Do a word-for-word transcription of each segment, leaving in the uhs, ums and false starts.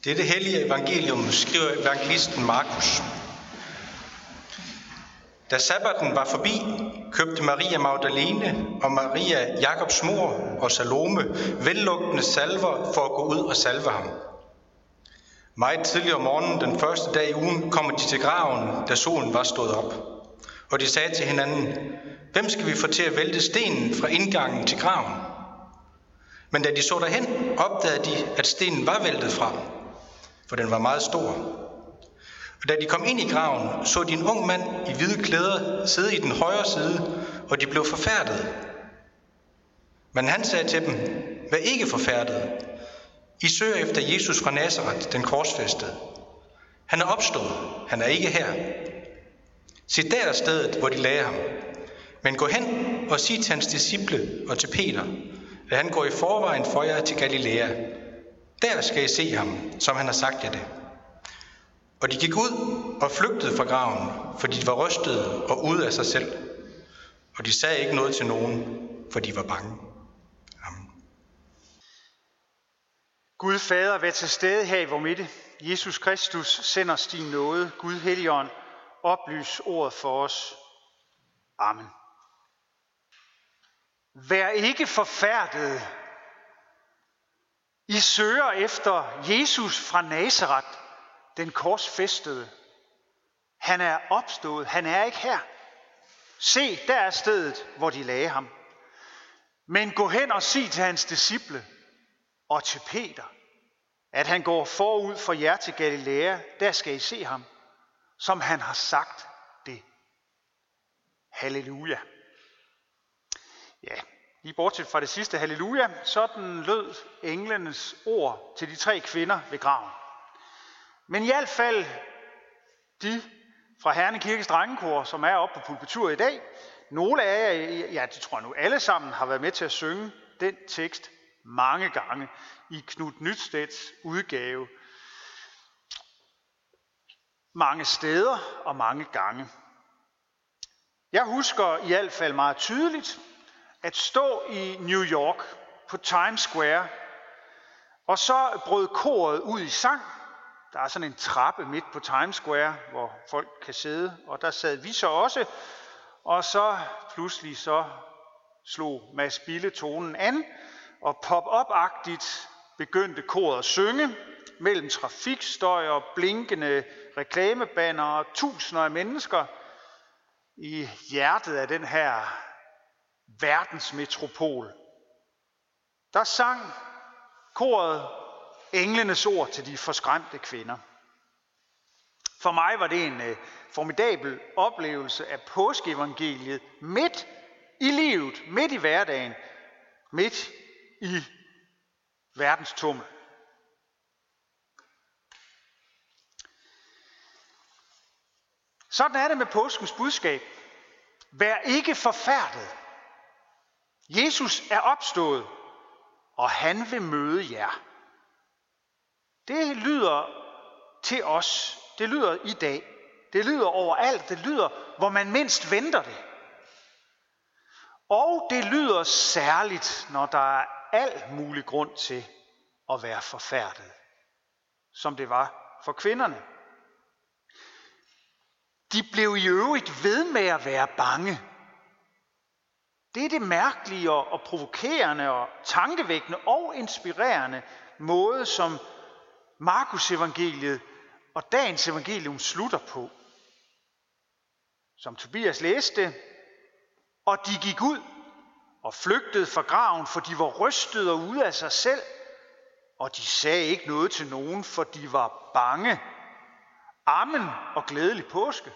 Dette hellige evangelium skriver evangelisten Markus. Da sabbaten var forbi, købte Maria Magdalene og Maria Jakobs mor og Salome vellugtende salver for at gå ud og salve ham. Meget tidligere om morgenen den første dag i ugen kommer de til graven, da solen var stået op. Og de sagde til hinanden, hvem skal vi få til at vælte stenen fra indgangen til graven? Men da de så derhen, opdagede de, at stenen var væltet fra, for den var meget stor. Og da de kom ind i graven, så de en ung mand i hvide klæder sidde i den højre side, og de blev forfærdede. Men han sagde til dem, vær ikke forfærdede. I søger efter Jesus fra Nazaret, den korsfæstede. Han er opstået, han er ikke her. Se, der er stedet, hvor de lagde ham. Men gå hen og sig til hans disciple og til Peter, at han går i forvejen for jer til Galilea. Der skal I se ham, som han har sagt jer det. Og de gik ud og flygtede fra graven, fordi de var rystede og ude af sig selv. Og de sagde ikke noget til nogen, for de var bange. Amen. Gud Fader, vær til stede her i vor midte. Jesus Kristus, send os din nåde. Gud Helligånd, oplys ordet for os. Amen. Vær ikke forfærdede. I søger efter Jesus fra Nazaret, den korsfæstede. Han er opstået, han er ikke her. Se, der er stedet, hvor de lagde ham. Men gå hen og sig til hans disciple og til Peter, at han går forud for jer til Galilea, der skal I se ham, som han har sagt det. Halleluja. Ja, lige bortset fra det sidste halleluja, sådan lød englenes ord til de tre kvinder ved graven. Men i hvert fald de fra Herning Kirkes drengekor, som er oppe på pulpitur i dag, nogle af jer, ja, de tror jeg nu alle sammen, har været med til at synge den tekst mange gange i Knud Nytstedts udgave. Mange steder og mange gange. Jeg husker i hvert fald meget tydeligt at stå i New York på Times Square, og så brød koret ud i sang. Der er sådan en trappe midt på Times Square, hvor folk kan sidde, og der sad vi så også. Og så pludselig så slog Mads Bille tonen an, og pop-up-agtigt begyndte koret at synge mellem trafikstøj og blinkende reklamebanner og tusinder af mennesker i hjertet af den her verdensmetropol. Der sang koret englenes ord til de forskræmte kvinder. For mig var det en uh, formidabel oplevelse af påskeevangeliet midt i livet, midt i hverdagen, midt i verdens tummel. Sådan er det med påskens budskab. Vær ikke forfærdet. Jesus er opstået, og han vil møde jer. Det lyder til os. Det lyder i dag. Det lyder overalt. Det lyder, hvor man mindst venter det. Og det lyder særligt, når der er al mulig grund til at være forfærdet, som det var for kvinderne. De blev i øvrigt ved med at være bange. Det er det mærkelige og provokerende og tankevækkende og inspirerende måde, som Markus evangeliet og dagens evangelium slutter på. Som Tobias læste, og de gik ud og flygtede fra graven, for de var rystede og ude af sig selv, og de sagde ikke noget til nogen, for de var bange. Amen og glædelig påske.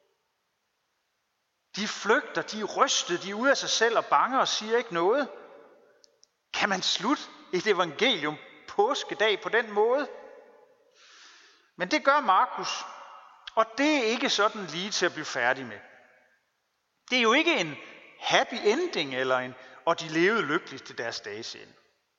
De flygter, de er rystede, de er ude af sig selv og bange og siger ikke noget. Kan man slutte et evangelium påskedag på den måde? Men det gør Markus, og det er ikke sådan lige til at blive færdig med. Det er jo ikke en happy ending, eller en, og de levede lykkeligt til deres dages ende.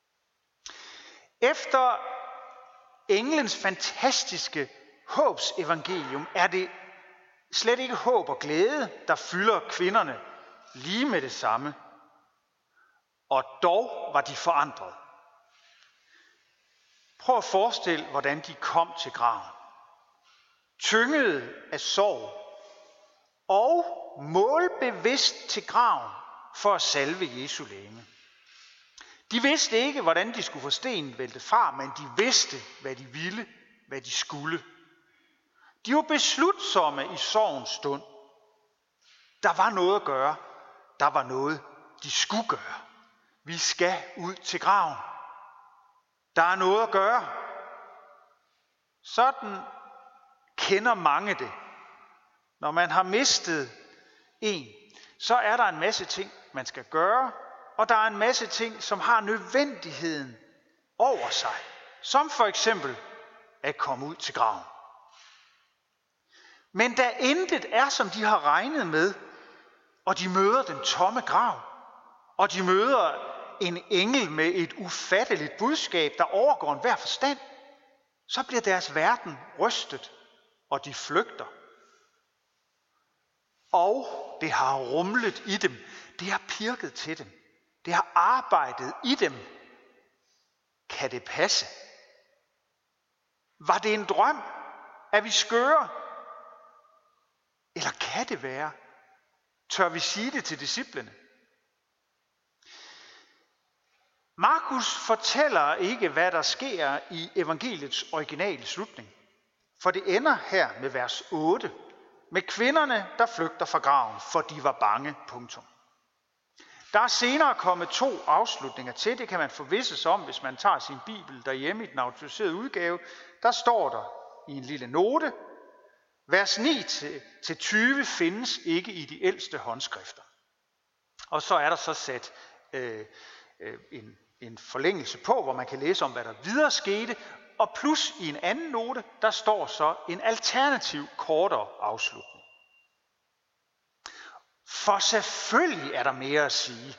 Efter englens fantastiske håbsevangelium er det slet ikke håb og glæde, der fylder kvinderne lige med det samme. Og dog var de forandret. Prøv at forestille, hvordan de kom til graven. Tyngede af sorg og målbevidst til graven for at salve Jesu legeme. De vidste ikke, hvordan de skulle få stenen væltet fra, men de vidste, hvad de ville, hvad de skulle. De var beslutsomme i sorgens stund. Der var noget at gøre. Der var noget, de skulle gøre. Vi skal ud til graven. Der er noget at gøre. Sådan kender mange det. Når man har mistet en, så er der en masse ting, man skal gøre, og der er en masse ting, som har nødvendigheden over sig. Som for eksempel at komme ud til graven. Men da intet er, som de har regnet med, og de møder den tomme grav, og de møder en engel med et ufatteligt budskab, der overgår enhver forstand, så bliver deres verden rystet, og de flygter. Og det har rumlet i dem, det har pirket til dem, det har arbejdet i dem. Kan det passe? Var det en drøm? Er vi skøre? Eller kan det være? Tør vi sige det til disciplene? Markus fortæller ikke, hvad der sker i evangeliets originale slutning. For det ender her med vers otte. Med kvinderne, der flygter fra graven, for de var bange. Punktum. Der er senere kommet to afslutninger til. Det kan man forvisse sig om, hvis man tager sin bibel derhjemme i den autoriserede udgave. Der står der i en lille note, vers ni til tyve findes ikke i de ældste håndskrifter. Og så er der så sat øh, øh, en, en forlængelse på, hvor man kan læse om, hvad der videre skete. Og plus i en anden note, der står så en alternativ, kortere afslutning. For selvfølgelig er der mere at sige.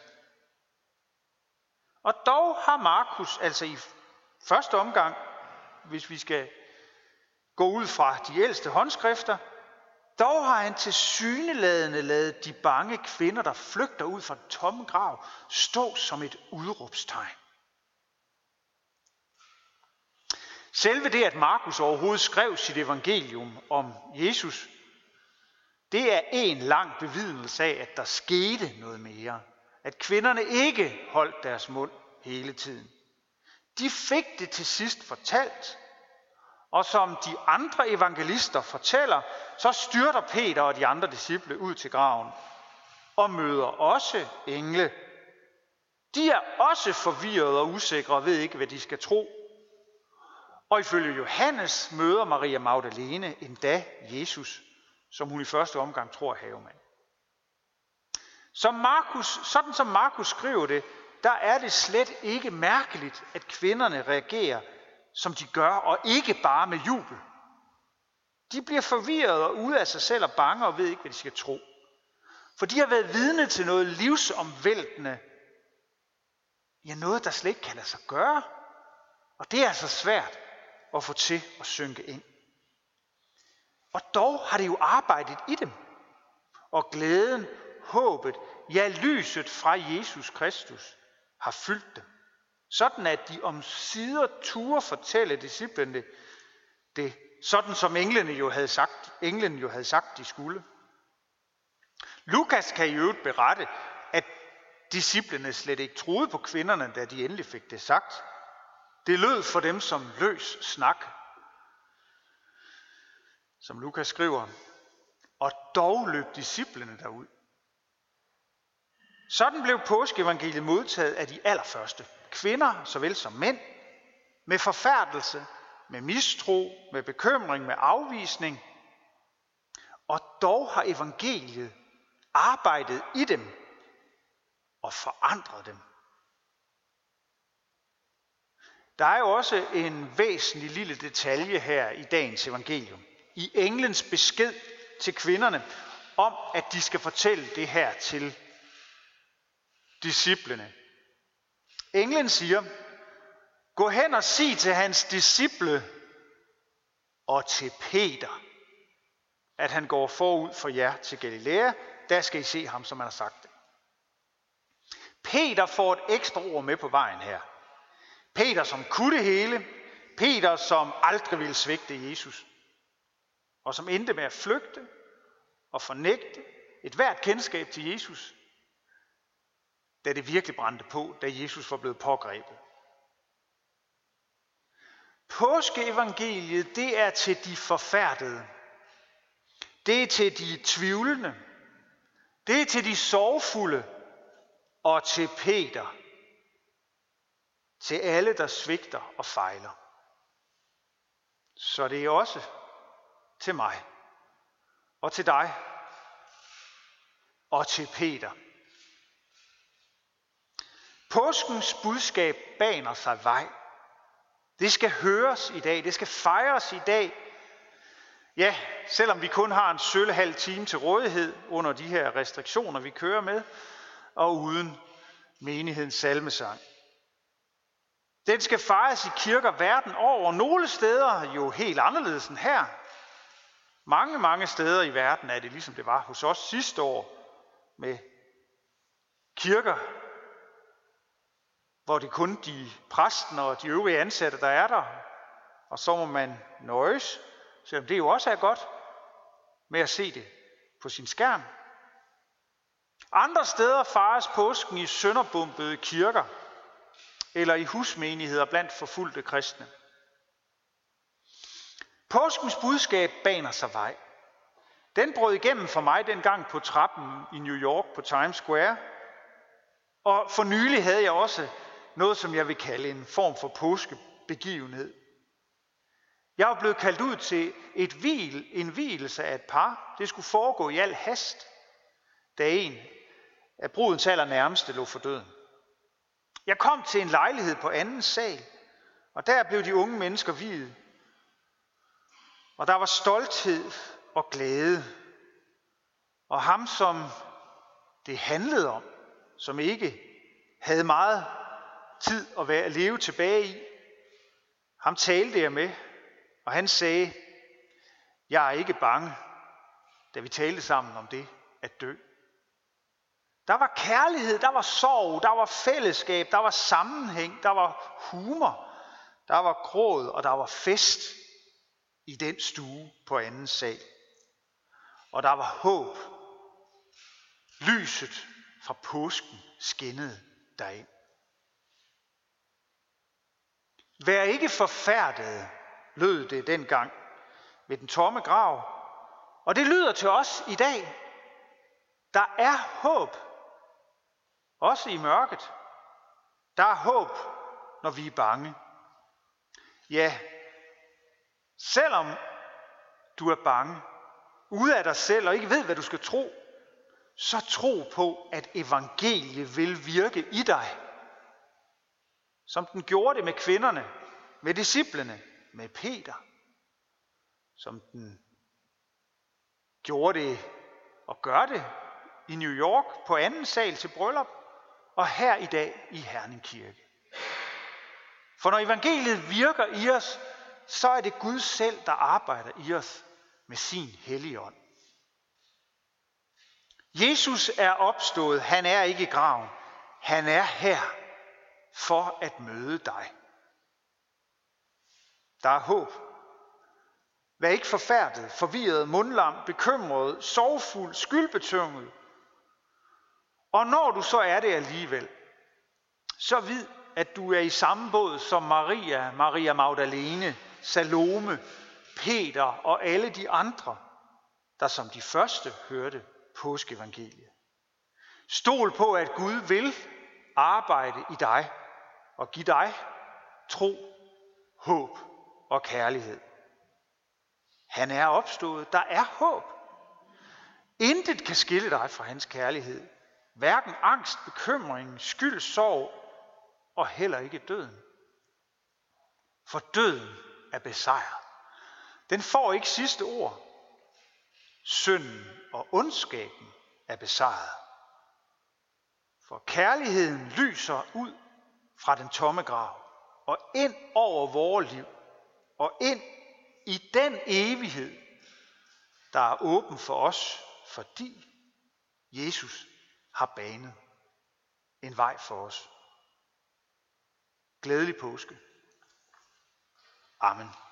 Og dog har Markus, altså i første omgang, hvis vi skal gå ud fra de ældste håndskrifter, dog har han tilsyneladende ladet de bange kvinder, der flygter ud fra den tomme grav, stå som et udråbstegn. Selve det, at Markus overhovedet skrev sit evangelium om Jesus, det er en lang bevidnelse af, at der skete noget mere. At kvinderne ikke holdt deres mund hele tiden. De fik det til sidst fortalt, og som de andre evangelister fortæller, så styrter Peter og de andre disciple ud til graven og møder også engle. De er også forvirrede og usikre og ved ikke, hvad de skal tro. Og ifølge Johannes møder Maria Magdalene endda Jesus, som hun i første omgang tror er havemand. Som Markus, sådan som Markus skriver det, der er det slet ikke mærkeligt, at kvinderne reagerer, som de gør, og ikke bare med jubel. De bliver forvirrede og ude af sig selv og bange og ved ikke, hvad de skal tro. For de har været vidne til noget livsomvæltende, ja, noget, der slet ikke kan lade sig gøre. Og det er altså svært at få til at synke ind. Og dog har det jo arbejdet i dem. Og glæden, håbet, ja lyset fra Jesus Kristus har fyldt dem. Sådan at de omsider turde fortælle disciplene det, sådan som englene jo havde sagt, englen jo havde sagt, de skulle. Lukas kan i øvrigt berette, at disciplene slet ikke troede på kvinderne, da de endelig fik det sagt. Det lød for dem som løs snak. Som Lukas skriver, og dog løb disciplene derud. Sådan blev påskeevangeliet modtaget af de allerførste. Kvinder såvel som mænd, med forfærdelse, med mistro, med bekymring, med afvisning. Og dog har evangeliet arbejdet i dem og forandret dem. Der er jo også en væsentlig lille detalje her i dagens evangelium. I englens besked til kvinderne om, at de skal fortælle det her til disciplene. Englen siger, gå hen og sig til hans disciple og til Peter, at han går forud for jer til Galilea. Der skal I se ham, som han har sagt det. Peter får et ekstra ord med på vejen her. Peter, som kunne det hele. Peter, som aldrig ville svigte Jesus, og som endte med at flygte og fornægte et hvert kendskab til Jesus, da det virkelig brændte på, da Jesus var blevet pågrebet. Påskeevangeliet, det er til de forfærdede. Det er til de tvivlende. Det er til de sorgfulde og til Peter. Til alle, der svigter og fejler. Så det er også til mig og til dig og til Peter. Påskens budskab baner sig vej. Det skal høres i dag, det skal fejres i dag. Ja, selvom vi kun har en sølle halv time til rådighed under de her restriktioner, vi kører med, og uden menighedens salmesang. Den skal fejres i kirker verden over, nogle steder jo helt anderledes end her. Mange, mange steder i verden er det ligesom det var hos os sidste år med kirker, hvor det kun de præsten og de øvrige ansatte, der er der, og så må man nøjes, selvom det jo også er godt med at se det på sin skærm. Andre steder fejres påsken i sønderbombede kirker, eller i husmenigheder blandt forfulgte kristne. Påskens budskab baner sig vej. Den brød igennem for mig dengang på trappen i New York på Times Square, og for nylig havde jeg også noget, som jeg vil kalde en form for påskebegivenhed. Jeg var blevet kaldt ud til et hvil, en hvilelse af et par. Det skulle foregå i al hast, da en af brudens allernærmeste lå for døden. Jeg kom til en lejlighed på anden sal, og der blev de unge mennesker viet. Og der var stolthed og glæde. Og ham, som det handlede om, som ikke havde meget tid at være at leve tilbage i, ham talte jeg med, og han sagde, jeg er ikke bange, da vi talte sammen om det at dø. Der var kærlighed, der var sorg, der var fællesskab, der var sammenhæng, der var humor, der var gråd, og der var fest i den stue på anden sal. Og der var håb. Lyset fra påsken skinnede derind. Vær ikke forfærdede, lød det dengang ved den tomme grav. Og det lyder til os i dag. Der er håb. Også i mørket. Der er håb, når vi er bange. Ja, selvom du er bange, ude af dig selv og ikke ved, hvad du skal tro, så tro på, at evangeliet vil virke i dig. Som den gjorde det med kvinderne, med disciplene, med Peter. Som den gjorde det og gør det i New York på anden sal til bryllup, og her i dag i Herning Kirke. For når evangeliet virker i os, så er det Gud selv, der arbejder i os med sin hellige ånd. Jesus er opstået, han er ikke i graven. Han er her for at møde dig. Der er håb. Vær ikke forfærdet, forvirret, mundlam, bekymret, sorgfuld, skyldbetynget. Og når du så er det alligevel, så vid, at du er i samme båd som Maria, Maria Magdalene, Salome, Peter og alle de andre, der som de første hørte påskeevangeliet. Stol på, at Gud vil arbejde i dig og give dig tro, håb og kærlighed. Han er opstået. Der er håb. Intet kan skille dig fra hans kærlighed. Hverken angst, bekymring, skyld, sorg og heller ikke døden. For døden er besejret. Den får ikke sidste ord. Synden og ondskaben er besejret. For kærligheden lyser ud fra den tomme grav og ind over vores liv og ind i den evighed, der er åben for os, fordi Jesus har banet en vej for os. Glædelig påske. Amen.